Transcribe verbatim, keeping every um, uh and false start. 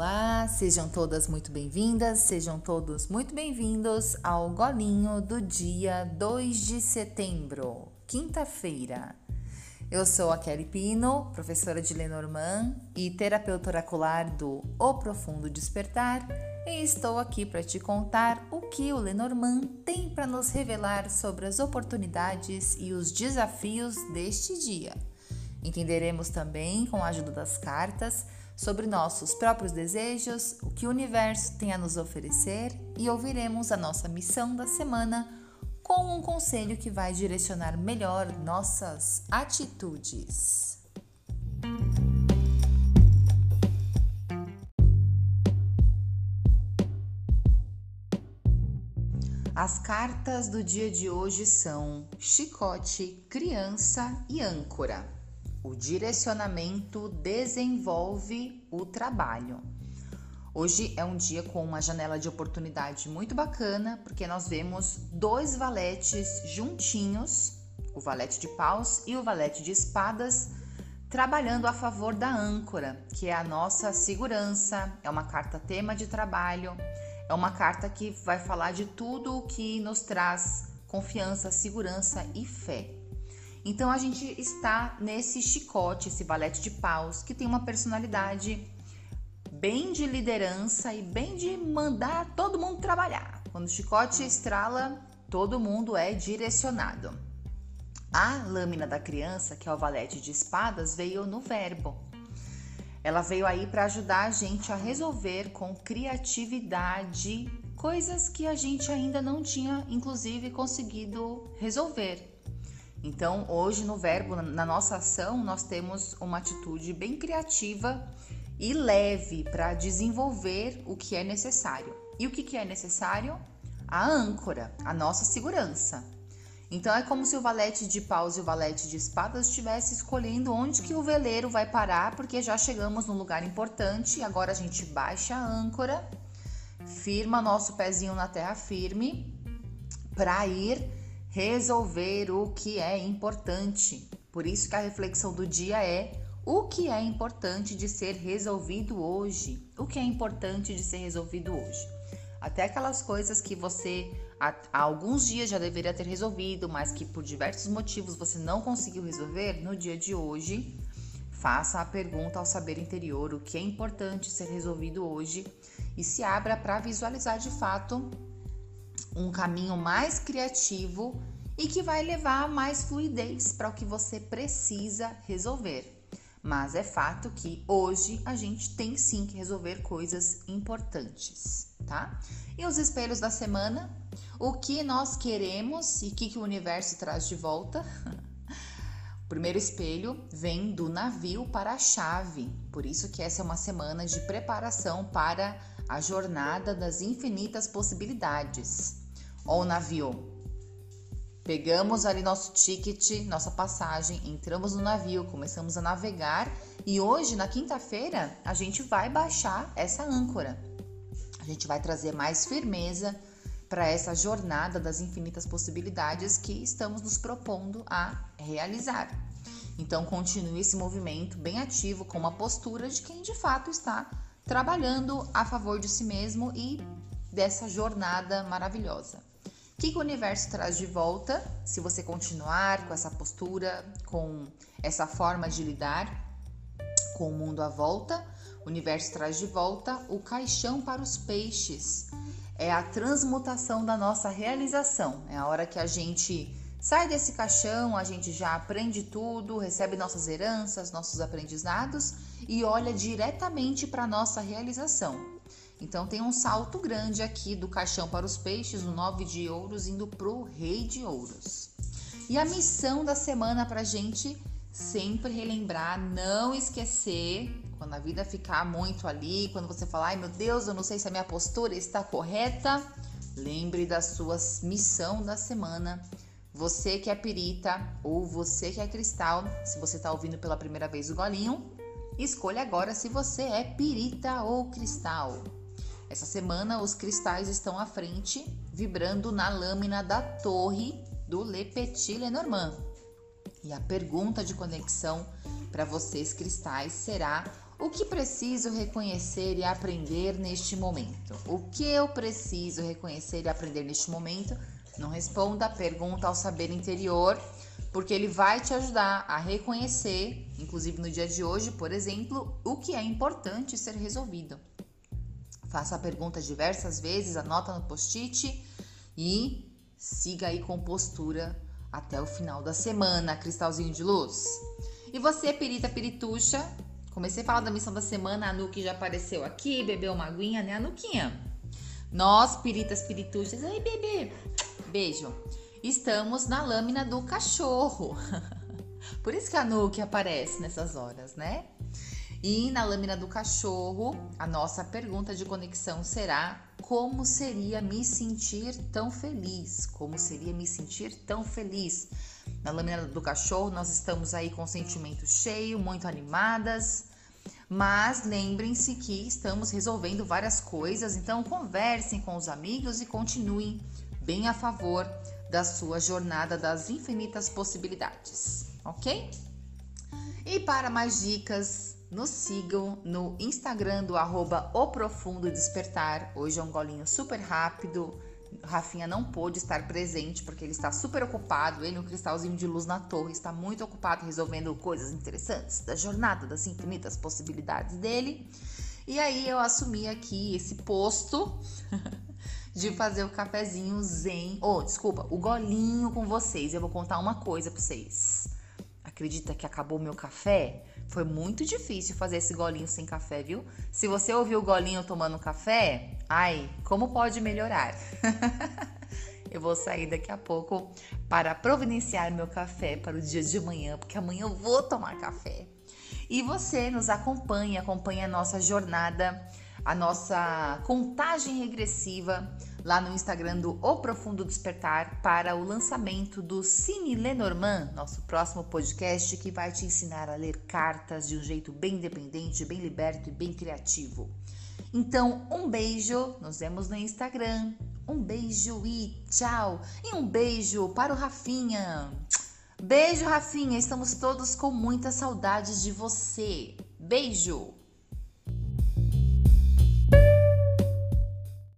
Olá, sejam todas muito bem-vindas, sejam todos muito bem-vindos ao Golinho do dia dois de setembro, quinta-feira. Eu sou a Kelly Pino, professora de Lenormand e terapeuta oracular do O Profundo Despertar, e estou aqui para te contar o que o Lenormand tem para nos revelar sobre as oportunidades e os desafios deste dia. Entenderemos também, com a ajuda das cartas, sobre nossos próprios desejos, o que o universo tem a nos oferecer, e ouviremos a nossa missão da semana com um conselho que vai direcionar melhor nossas atitudes. As cartas do dia de hoje são chicote, criança e âncora. O direcionamento desenvolve o trabalho. Hoje é um dia com uma janela de oportunidade muito bacana, porque nós vemos dois valetes juntinhos, o valete de paus e o valete de espadas, trabalhando a favor da âncora, que é a nossa segurança. É uma carta tema de trabalho, é uma carta que vai falar de tudo o que nos traz confiança, segurança e fé. Então a gente está nesse chicote, esse valete de paus, que tem uma personalidade bem de liderança e bem de mandar todo mundo trabalhar. Quando o chicote estrala, todo mundo é direcionado. A lâmina da criança, que é o valete de espadas, veio no verbo. Ela veio aí para ajudar a gente a resolver com criatividade coisas que a gente ainda não tinha, inclusive, conseguido resolver. Então, hoje no verbo, na nossa ação, nós temos uma atitude bem criativa e leve para desenvolver o que é necessário. E o que, que é necessário? A âncora, a nossa segurança. Então, é como se o valete de paus e o valete de espadas estivesse escolhendo onde que o veleiro vai parar, porque já chegamos num lugar importante e agora a gente baixa a âncora, firma nosso pezinho na terra firme para ir resolver o que é importante. Por isso que a reflexão do dia é: o que é importante de ser resolvido hoje? O que é importante de ser resolvido hoje? Até aquelas coisas que você há, há alguns dias já deveria ter resolvido, mas que por diversos motivos você não conseguiu resolver, no dia de hoje, faça a pergunta ao saber interior: o que é importante ser resolvido hoje? E se abra para visualizar de fato um caminho mais criativo e que vai levar mais fluidez para o que você precisa resolver. Mas é fato que hoje a gente tem sim que resolver coisas importantes, tá? E os espelhos da semana? O que nós queremos e o que, que o universo traz de volta? O primeiro espelho vem do navio para a chave, por isso que essa é uma semana de preparação para a jornada das infinitas possibilidades. Ó o navio, pegamos ali nosso ticket, nossa passagem, entramos no navio, começamos a navegar e hoje, na quinta-feira, a gente vai baixar essa âncora. A gente vai trazer mais firmeza para essa jornada das infinitas possibilidades que estamos nos propondo a realizar. Então, continue esse movimento bem ativo, com uma postura de quem de fato está trabalhando a favor de si mesmo e dessa jornada maravilhosa. O que, que o universo traz de volta se você continuar com essa postura, com essa forma de lidar com o mundo à volta? O universo traz de volta o caixão para os peixes. É a transmutação da nossa realização. É a hora que a gente sai desse caixão, a gente já aprende tudo, recebe nossas heranças, nossos aprendizados e olha diretamente para a nossa realização. Então tem um salto grande aqui do caixão para os peixes, o nove de ouros indo para o rei de ouros. E a missão da semana para a gente sempre relembrar, não esquecer, quando a vida ficar muito ali, quando você falar: ai meu Deus, eu não sei se a minha postura está correta, lembre da sua missão da semana. Você que é pirita ou você que é cristal, se você está ouvindo pela primeira vez o Golinho, escolha agora se você é pirita ou cristal. Essa semana os cristais estão à frente, vibrando na lâmina da torre do Le Petit Lenormand. E a pergunta de conexão para vocês, cristais, será: o que preciso reconhecer e aprender neste momento? O que eu preciso reconhecer e aprender neste momento? Não responda, pergunta ao saber interior, porque ele vai te ajudar a reconhecer, inclusive no dia de hoje, por exemplo, o que é importante ser resolvido. Faça a pergunta diversas vezes, anota no post-it e siga aí com postura até o final da semana, cristalzinho de luz. E você, pirita pirituxa, comecei a falar da missão da semana, a Nuki já apareceu aqui, bebeu uma aguinha, né, Nuquinha? Nós, piritas pirituxas, ai, bebê, beijo. Estamos na lâmina do cachorro. Por isso que a Nuki aparece nessas horas, né? E na lâmina do cachorro, a nossa pergunta de conexão será: como seria me sentir tão feliz? Como seria me sentir tão feliz? Na lâmina do cachorro, nós estamos aí com o sentimento cheio, muito animadas, mas lembrem-se que estamos resolvendo várias coisas, então conversem com os amigos e continuem bem a favor da sua jornada das infinitas possibilidades, ok? E para mais dicas, nos sigam no Instagram do arroba O Profundo Despertar. Hoje é um golinho super rápido. Rafinha não pôde estar presente porque ele está super ocupado. Ele, um cristalzinho de luz na torre, está muito ocupado resolvendo coisas interessantes da jornada, das infinitas possibilidades dele. E aí eu assumi aqui esse posto de fazer o cafezinho zen. Oh, desculpa, o golinho com vocês. Eu vou contar uma coisa pra vocês. Acredita que acabou o meu café? Foi muito difícil fazer esse golinho sem café, viu? Se você ouviu o golinho tomando café, ai, como pode melhorar? Eu vou sair daqui a pouco para providenciar meu café para o dia de amanhã, porque amanhã eu vou tomar café. E você nos acompanha, acompanha a nossa jornada, a nossa contagem regressiva lá no Instagram do O Profundo Despertar para o lançamento do Cine Lenormand, nosso próximo podcast que vai te ensinar a ler cartas de um jeito bem independente, bem liberto e bem criativo. Então, um beijo, nos vemos no Instagram. Um beijo e tchau. E um beijo para o Rafinha. Beijo, Rafinha, estamos todos com muitas saudades de você. Beijo!